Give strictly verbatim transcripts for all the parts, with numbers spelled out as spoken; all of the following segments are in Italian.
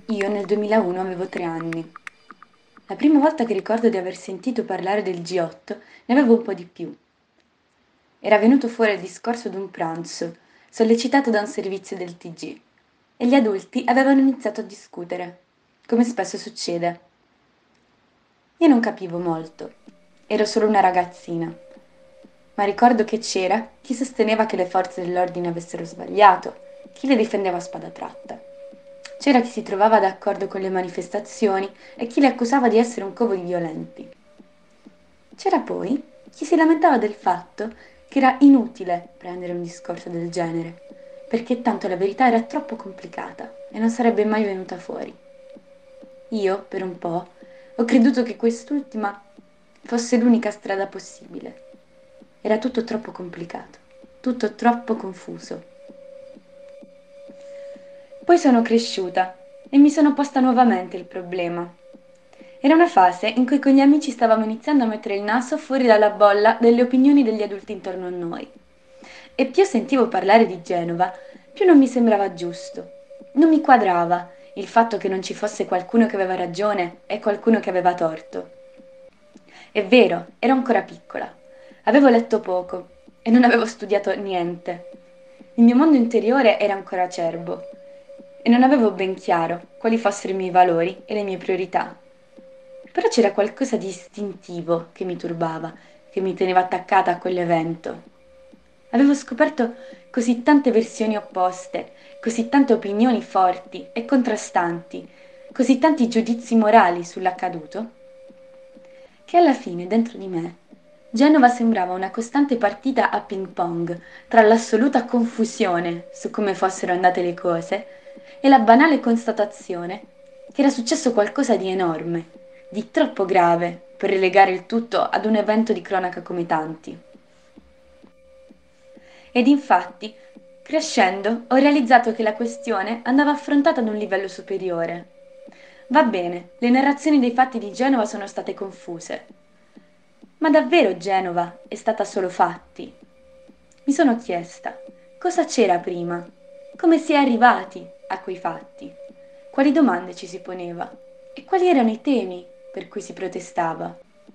Io nel duemilauno avevo tre anni. La prima volta che ricordo di aver sentito parlare del G otto ne avevo un po' di più. Era venuto fuori il discorso d'un pranzo, sollecitato da un servizio del T G, e gli adulti avevano iniziato a discutere, come spesso succede. Io non capivo molto, ero solo una ragazzina, ma ricordo che c'era chi sosteneva che le forze dell'ordine avessero sbagliato, chi le difendeva a spada tratta. C'era chi si trovava d'accordo con le manifestazioni e chi le accusava di essere un covo di violenti. C'era poi chi si lamentava del fatto che era inutile prendere un discorso del genere, perché tanto la verità era troppo complicata e non sarebbe mai venuta fuori. Io, per un po', ho creduto che quest'ultima fosse l'unica strada possibile. Era tutto troppo complicato, tutto troppo confuso. Poi sono cresciuta e mi sono posta nuovamente il problema. Era una fase in cui con gli amici stavamo iniziando a mettere il naso fuori dalla bolla delle opinioni degli adulti intorno a noi. E più sentivo parlare di Genova, più non mi sembrava giusto. Non mi quadrava il fatto che non ci fosse qualcuno che aveva ragione e qualcuno che aveva torto. È vero, ero ancora piccola. Avevo letto poco e non avevo studiato niente. Il mio mondo interiore era ancora acerbo e non avevo ben chiaro quali fossero i miei valori e le mie priorità. Però c'era qualcosa di istintivo che mi turbava, che mi teneva attaccata a quell'evento. Avevo scoperto così tante versioni opposte, così tante opinioni forti e contrastanti, così tanti giudizi morali sull'accaduto, che alla fine, dentro di me, Genova sembrava una costante partita a ping pong tra l'assoluta confusione su come fossero andate le cose e la banale constatazione che era successo qualcosa di enorme, di troppo grave per relegare il tutto ad un evento di cronaca come tanti. Ed infatti, crescendo, ho realizzato che la questione andava affrontata ad un livello superiore. Va bene, le narrazioni dei fatti di Genova sono state confuse. Ma davvero Genova è stata solo fatti? Mi sono chiesta, cosa c'era prima? Come si è arrivati a quei fatti? Quali domande ci si poneva? E quali erano i temi per cui si protestava?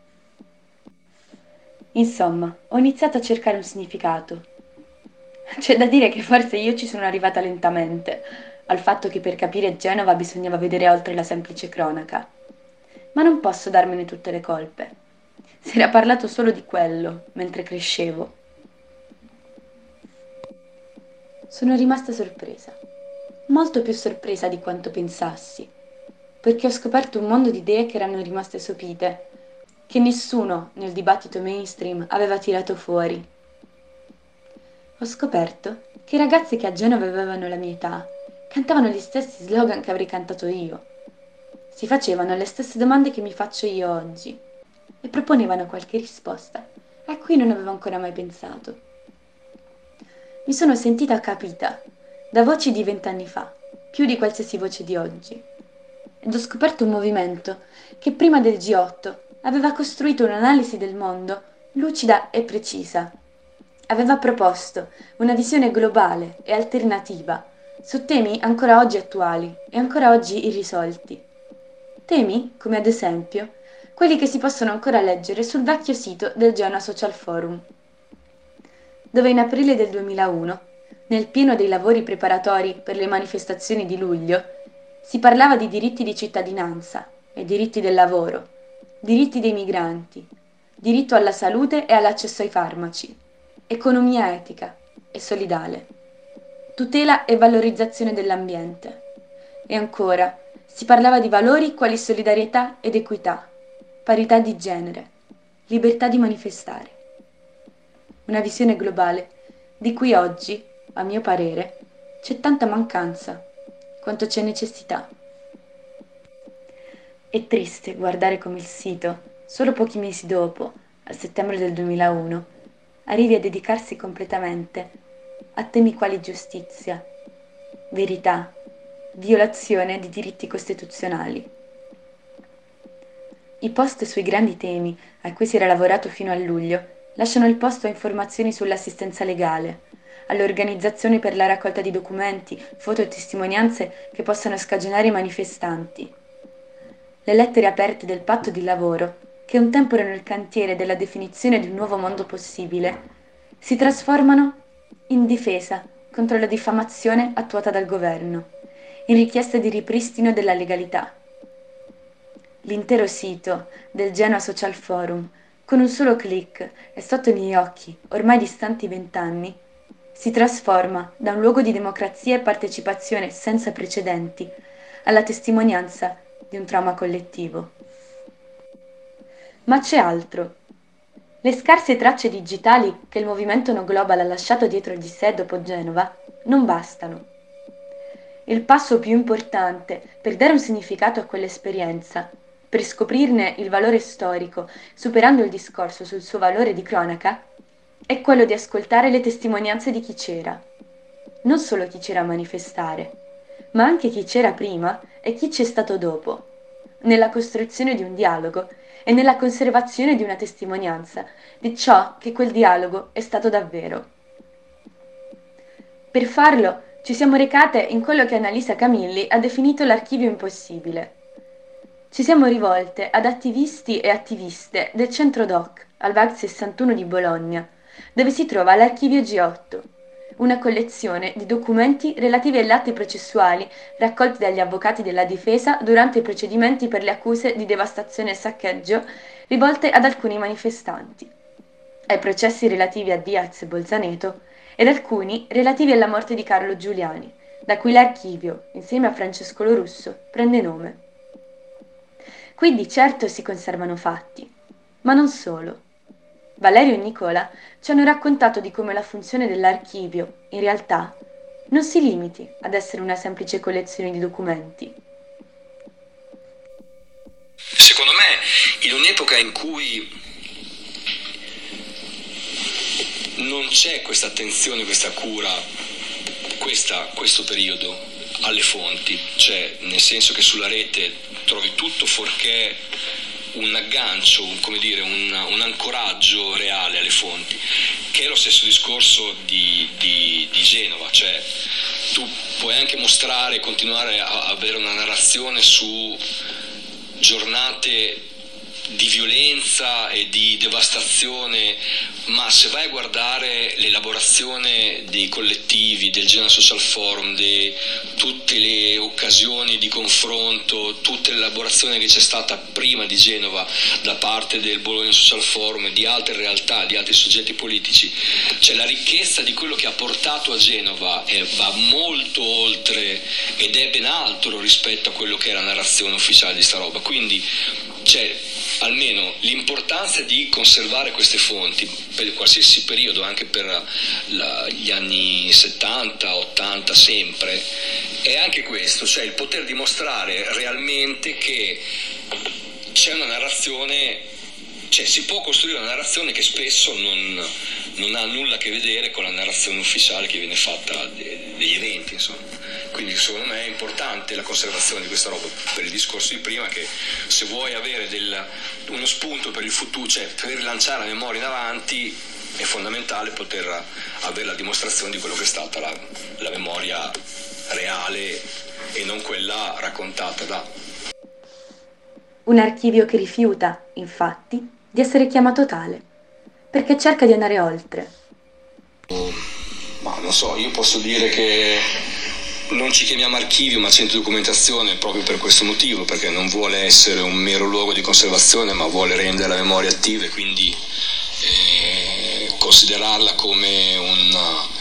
Insomma, ho iniziato a cercare un significato. C'è da dire che forse io ci sono arrivata lentamente, al fatto che per capire Genova bisognava vedere oltre la semplice cronaca. Ma non posso darmene tutte le colpe. Si era parlato solo di quello mentre crescevo. Sono rimasta sorpresa, molto più sorpresa di quanto pensassi, perché ho scoperto un mondo di idee che erano rimaste sopite, che nessuno nel dibattito mainstream aveva tirato fuori. Ho scoperto che i ragazzi che a Genova avevano la mia età cantavano gli stessi slogan che avrei cantato io. Si facevano le stesse domande che mi faccio io oggi e proponevano qualche risposta a cui non avevo ancora mai pensato. Mi sono sentita capita da voci di vent'anni fa, più di qualsiasi voce di oggi, ed ho scoperto un movimento che prima del G otto aveva costruito un'analisi del mondo lucida e precisa. Aveva proposto una visione globale e alternativa su temi ancora oggi attuali e ancora oggi irrisolti. Temi, come ad esempio, quelli che si possono ancora leggere sul vecchio sito del Genoa Social Forum, dove in aprile del duemilauno, nel pieno dei lavori preparatori per le manifestazioni di luglio, si parlava di diritti di cittadinanza e diritti del lavoro, diritti dei migranti, diritto alla salute e all'accesso ai farmaci, economia etica e solidale, tutela e valorizzazione dell'ambiente. E ancora, si parlava di valori quali solidarietà ed equità, parità di genere, libertà di manifestare. Una visione globale di cui oggi, a mio parere, c'è tanta mancanza quanto c'è necessità. È triste guardare come il sito, solo pochi mesi dopo, a settembre del duemilauno, arrivi a dedicarsi completamente a temi quali giustizia, verità, violazione di diritti costituzionali. I post sui grandi temi a cui si era lavorato fino a luglio lasciano il posto a informazioni sull'assistenza legale, all'organizzazione per la raccolta di documenti, foto e testimonianze che possano scagionare i manifestanti. Le lettere aperte del patto di lavoro, che un tempo erano il cantiere della definizione di un nuovo mondo possibile, si trasformano in difesa contro la diffamazione attuata dal governo, in richiesta di ripristino della legalità. L'intero sito del Genoa Social Forum, con un solo clic e sotto gli occhi, ormai distanti vent'anni, si trasforma da un luogo di democrazia e partecipazione senza precedenti alla testimonianza di un trauma collettivo. Ma c'è altro. Le scarse tracce digitali che il movimento No Global ha lasciato dietro di sé dopo Genova non bastano. Il passo più importante per dare un significato a quell'esperienza, per scoprirne il valore storico, superando il discorso sul suo valore di cronaca, è quello di ascoltare le testimonianze di chi c'era. Non solo chi c'era a manifestare, ma anche chi c'era prima e chi c'è stato dopo, nella costruzione di un dialogo e nella conservazione di una testimonianza di ciò che quel dialogo è stato davvero. Per farlo ci siamo recate in quello che Annalisa Camilli ha definito l'archivio impossibile. Ci siamo rivolte ad attivisti e attiviste del centro doc al V A C sessantuno di Bologna, dove si trova l'archivio G otto, una collezione di documenti relativi agli atti processuali raccolti dagli avvocati della difesa durante i procedimenti per le accuse di devastazione e saccheggio rivolte ad alcuni manifestanti, ai processi relativi a Diaz e Bolzaneto ed alcuni relativi alla morte di Carlo Giuliani, da cui l'archivio, insieme a Francesco Lorusso, prende nome. Qui di certo si conservano fatti, ma non solo. Valerio e Nicola ci hanno raccontato di come la funzione dell'archivio, in realtà, non si limiti ad essere una semplice collezione di documenti. Secondo me, in un'epoca in cui non c'è questa attenzione, questa cura, questa, questo periodo alle fonti, cioè nel senso che sulla rete trovi tutto fuorché un aggancio, un, come dire, un, un ancoraggio reale alle fonti, che è lo stesso discorso di, di, di Genova, cioè tu puoi anche mostrare, continuare a, a avere una narrazione su giornate di violenza e di devastazione, ma se vai a guardare l'elaborazione dei collettivi, del Genoa Social Forum, di tutte le occasioni di confronto, tutta l'elaborazione che c'è stata prima di Genova da parte del Bologna Social Forum e di altre realtà, di altri soggetti politici, cioè la ricchezza di quello che ha portato a Genova eh, va molto oltre ed è ben altro rispetto a quello che è la narrazione ufficiale di sta roba, quindi c'è almeno l'importanza di conservare queste fonti per qualsiasi periodo, anche per la, gli anni settanta, ottanta, sempre, è anche questo, cioè il poter dimostrare realmente che c'è una narrazione, cioè si può costruire una narrazione che spesso non, non ha nulla a che vedere con la narrazione ufficiale che viene fatta de, degli eventi, insomma. Quindi secondo me è importante la conservazione di questa roba, per il discorso di prima, che se vuoi avere del, uno spunto per il futuro, cioè per rilanciare la memoria in avanti, è fondamentale poter avere la dimostrazione di quello che è stata la, la memoria reale e non quella raccontata da. Un archivio che rifiuta, infatti, di essere chiamato tale, perché cerca di andare oltre. Ma non so, io posso dire che non ci chiamiamo archivio ma centro di documentazione proprio per questo motivo, perché non vuole essere un mero luogo di conservazione, ma vuole rendere la memoria attiva e quindi eh, considerarla come un,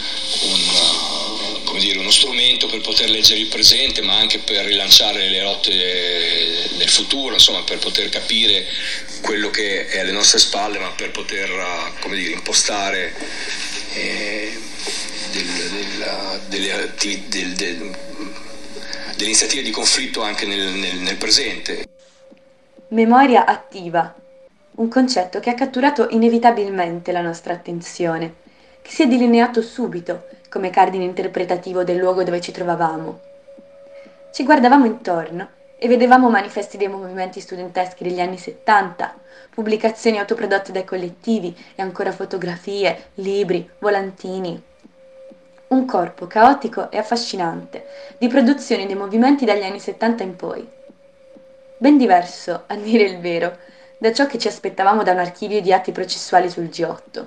un, come dire, uno strumento per poter leggere il presente, ma anche per rilanciare le rotte del futuro, insomma per poter capire quello che è alle nostre spalle, ma per poter, come dire, impostare eh, Del, del, delle, del, del, delle iniziative di conflitto anche nel, nel, nel presente. Memoria attiva, un concetto che ha catturato inevitabilmente la nostra attenzione, che si è delineato subito come cardine interpretativo del luogo dove ci trovavamo. Ci guardavamo intorno e vedevamo manifesti dei movimenti studenteschi degli anni settanta, pubblicazioni autoprodotte dai collettivi e ancora fotografie, libri, volantini. un corpo caotico e affascinante, di produzione dei movimenti dagli anni settanta in poi. Ben diverso, a dire il vero, da ciò che ci aspettavamo da un archivio di atti processuali sul G otto.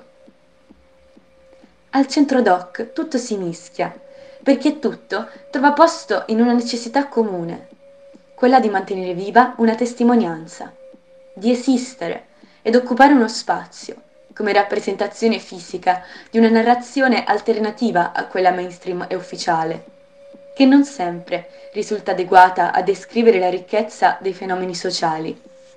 Al centro doc tutto si mischia, perché tutto trova posto in una necessità comune, quella di mantenere viva una testimonianza, di esistere ed occupare uno spazio, come rappresentazione fisica di una narrazione alternativa a quella mainstream e ufficiale, che non sempre risulta adeguata a descrivere la ricchezza dei fenomeni sociali.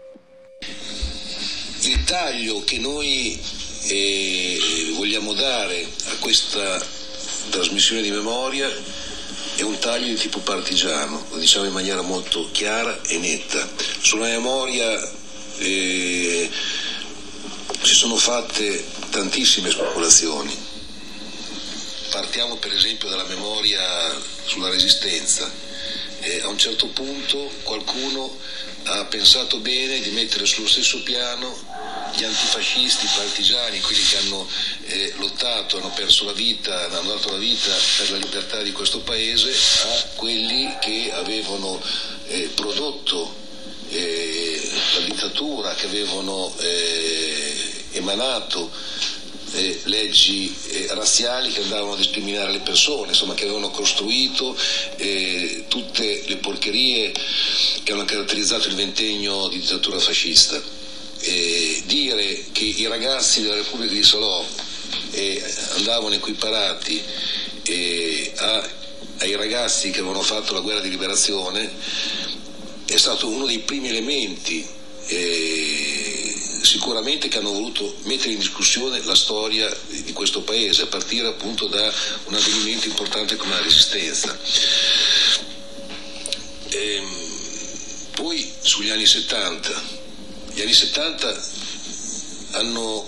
Il taglio che noi eh, vogliamo dare a questa trasmissione di memoria è un taglio di tipo partigiano, lo diciamo in maniera molto chiara e netta. Sulla memoria eh, si sono fatte tantissime speculazioni. Partiamo per esempio dalla memoria sulla Resistenza. Eh, a un certo punto qualcuno ha pensato bene di mettere sullo stesso piano gli antifascisti, i partigiani, quelli che hanno eh, lottato, hanno perso la vita, hanno dato la vita per la libertà di questo paese, a quelli che avevano eh, prodotto eh, la dittatura, che avevano eh, emanato eh, leggi eh, razziali che andavano a discriminare le persone, insomma, che avevano costruito eh, tutte le porcherie che hanno caratterizzato il ventennio di dittatura fascista. Eh, dire che i ragazzi della Repubblica di Salò eh, andavano equiparati eh, a, ai ragazzi che avevano fatto la guerra di liberazione è stato uno dei primi elementi eh, sicuramente che hanno voluto mettere in discussione la storia di questo paese, a partire appunto da un avvenimento importante come la Resistenza. E, poi sugli anni settanta Gli anni settanta hanno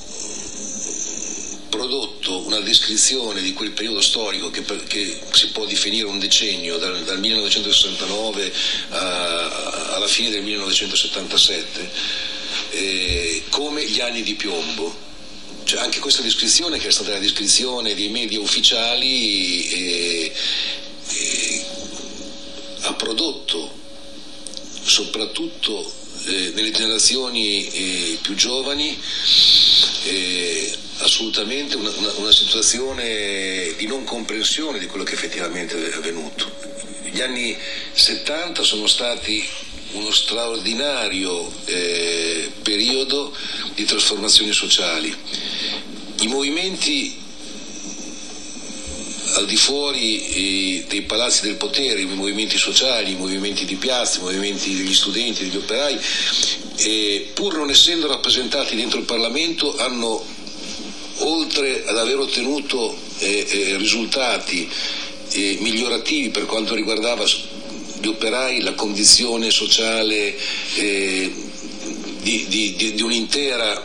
prodotto una descrizione di quel periodo storico che, che si può definire un decennio, dal, dal millenovecentosessantanove a, alla fine del millenovecentosettantasette, eh, come gli anni di piombo. Cioè, anche questa descrizione, che è stata la descrizione dei media ufficiali, eh, eh, ha prodotto soprattutto Eh, nelle generazioni eh, più giovani eh, assolutamente una, una, una situazione di non comprensione di quello che effettivamente è avvenuto. Gli anni settanta sono stati uno straordinario eh, periodo di trasformazioni sociali. I movimenti al di fuori eh, dei palazzi del potere, i movimenti sociali, i movimenti di piazza, i movimenti degli studenti, degli operai, eh, pur non essendo rappresentati dentro il Parlamento, hanno, oltre ad aver ottenuto eh, eh, risultati eh, migliorativi per quanto riguardava gli operai, la condizione sociale eh, di, di, di, di un'intera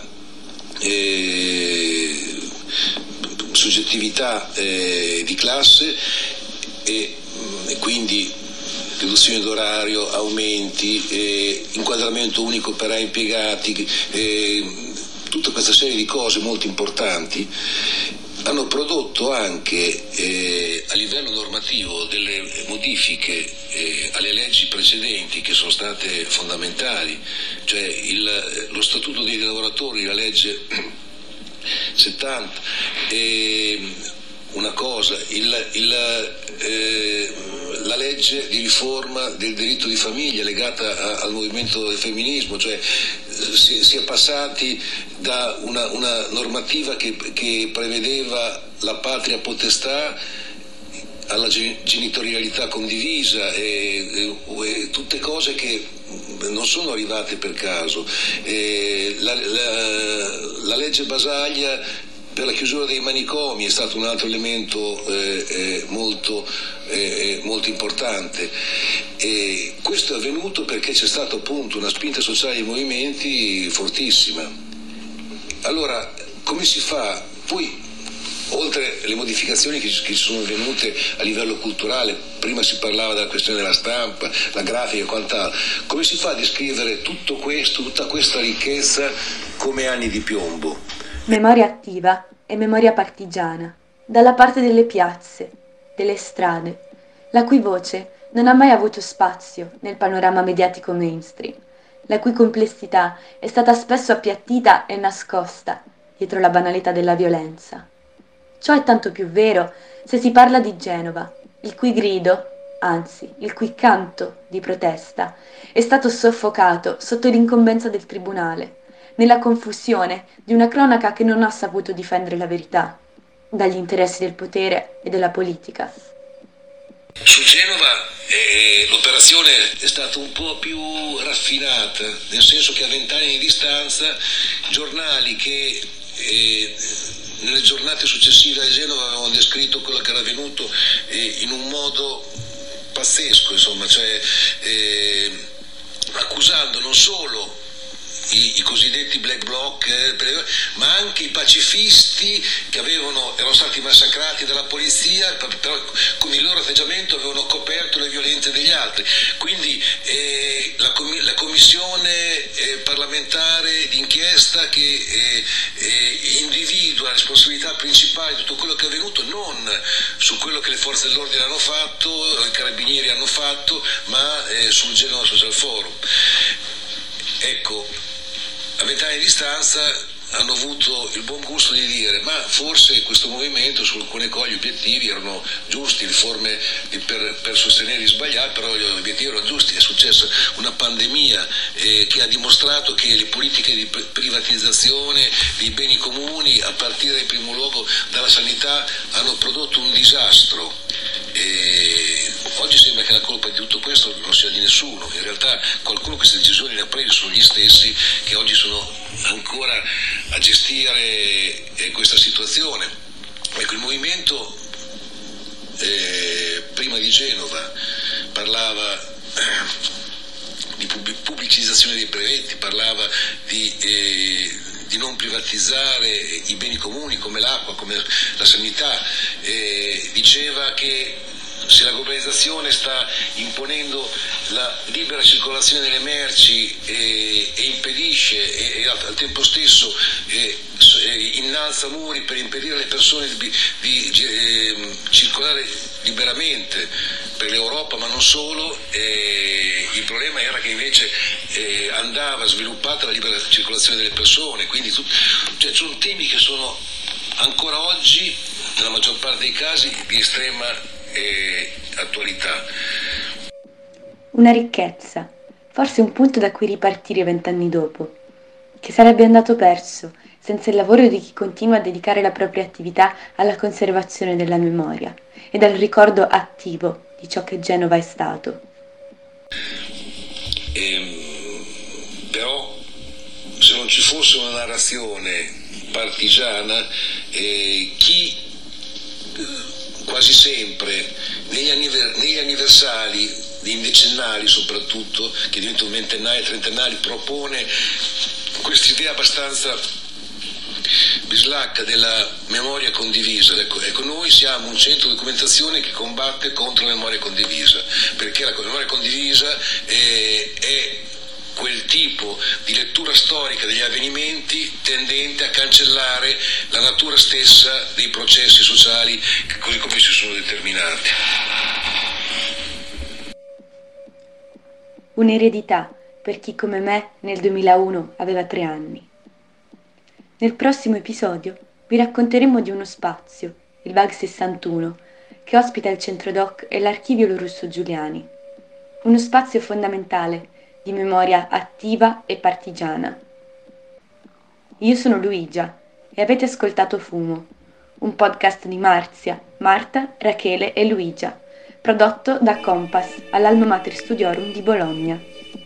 eh, soggettività eh, di classe e, e quindi riduzione d'orario, aumenti, eh, inquadramento unico per impiegati, eh, tutta questa serie di cose molto importanti hanno prodotto anche eh, a livello normativo delle modifiche eh, alle leggi precedenti che sono state fondamentali, cioè il, lo Statuto dei lavoratori, la legge settanta, e una cosa, il, il, eh, la legge di riforma del diritto di famiglia legata a, al movimento del femminismo, cioè si, si è passati da una, una normativa che, che prevedeva la patria potestà alla genitorialità condivisa e, e, e tutte cose che non sono arrivate per caso. Eh, la, la, la legge Basaglia per la chiusura dei manicomi è stato un altro elemento eh, eh, molto, eh, molto importante. E questo è avvenuto perché c'è stata appunto una spinta sociale dei movimenti fortissima. Allora, come si fa? Poi, oltre alle modificazioni che, che sono venute a livello culturale, prima si parlava della questione della stampa, la grafica e quant'altro, come si fa a descrivere tutto questo, tutta questa ricchezza come anni di piombo? Memoria attiva e memoria partigiana, dalla parte delle piazze, delle strade, la cui voce non ha mai avuto spazio nel panorama mediatico mainstream, la cui complessità è stata spesso appiattita e nascosta dietro la banalità della violenza. Ciò è tanto più vero se si parla di Genova, il cui grido, anzi, il cui canto di protesta è stato soffocato sotto l'incombenza del tribunale, nella confusione di una cronaca che non ha saputo difendere la verità dagli interessi del potere e della politica. Su Genova eh, l'operazione è stata un po' più raffinata, nel senso che a vent'anni di distanza giornali che eh, nelle giornate successive a Genova avevano descritto quello che era avvenuto eh, in un modo pazzesco, insomma, cioè eh, accusando non solo I, i cosiddetti black bloc, eh, ma anche i pacifisti che avevano, erano stati massacrati dalla polizia, però con il loro atteggiamento avevano coperto le violenze degli altri. Quindi eh, la, com- la commissione eh, parlamentare d'inchiesta che eh, eh, individua la responsabilità principale di tutto quello che è avvenuto, non su quello che le forze dell'ordine hanno fatto, i carabinieri hanno fatto, ma eh, sul Genova Social Forum. Ecco, a vent'anni di distanza hanno avuto il buon gusto di dire ma forse questo movimento su alcune cose gli obiettivi erano giusti, le forme di, per, per sostenere gli sbagliati, però gli obiettivi erano giusti. È successa una pandemia eh, che ha dimostrato che le politiche di privatizzazione dei beni comuni, a partire in primo luogo dalla sanità, hanno prodotto un disastro. E oggi sembra che la colpa di tutto questo non sia di nessuno, in realtà qualcuno queste decisioni le ha prese, sono gli stessi che oggi sono ancora a gestire eh, questa situazione. Ecco, il movimento eh, prima di Genova parlava eh, di pubblicizzazione dei brevetti, parlava di eh, di non privatizzare i beni comuni come l'acqua, come la sanità, eh, diceva che se la globalizzazione sta imponendo la libera circolazione delle merci e, e impedisce e, e al tempo stesso eh, innalza muri per impedire alle persone di, di, di eh, circolare liberamente per l'Europa, ma non solo, eh, il problema era che invece eh, andava sviluppata la libera circolazione delle persone, quindi tut, cioè, sono temi che sono ancora oggi, nella maggior parte dei casi, di estrema eh, attualità. Una ricchezza, forse un punto da cui ripartire vent'anni dopo, che sarebbe andato perso senza il lavoro di chi continua a dedicare la propria attività alla conservazione della memoria e al ricordo attivo di ciò che Genova è stato. Ehm, però se non ci fosse una narrazione partigiana, eh, chi eh, quasi sempre negli, anniver- negli anniversari, nei decennali soprattutto, che diventano ventennali e trentennali, propone quest'idea abbastanza bislacca della memoria condivisa. Ecco, ecco, noi siamo un centro di documentazione che combatte contro la memoria condivisa, perché la memoria condivisa è, è quel tipo di lettura storica degli avvenimenti tendente a cancellare la natura stessa dei processi sociali così come si sono determinati. Un'eredità per chi come me nel duemilauno aveva tre anni. Nel prossimo episodio vi racconteremo di uno spazio, il V A G sessantuno, che ospita il Centro Doc e l'Archivio Lorusso Giuliani. Uno spazio fondamentale di memoria attiva e partigiana. Io sono Luigia e avete ascoltato Fumo, un podcast di Marzia, Marta, Rachele e Luigia, prodotto da Compass all'Alma Mater Studiorum di Bologna.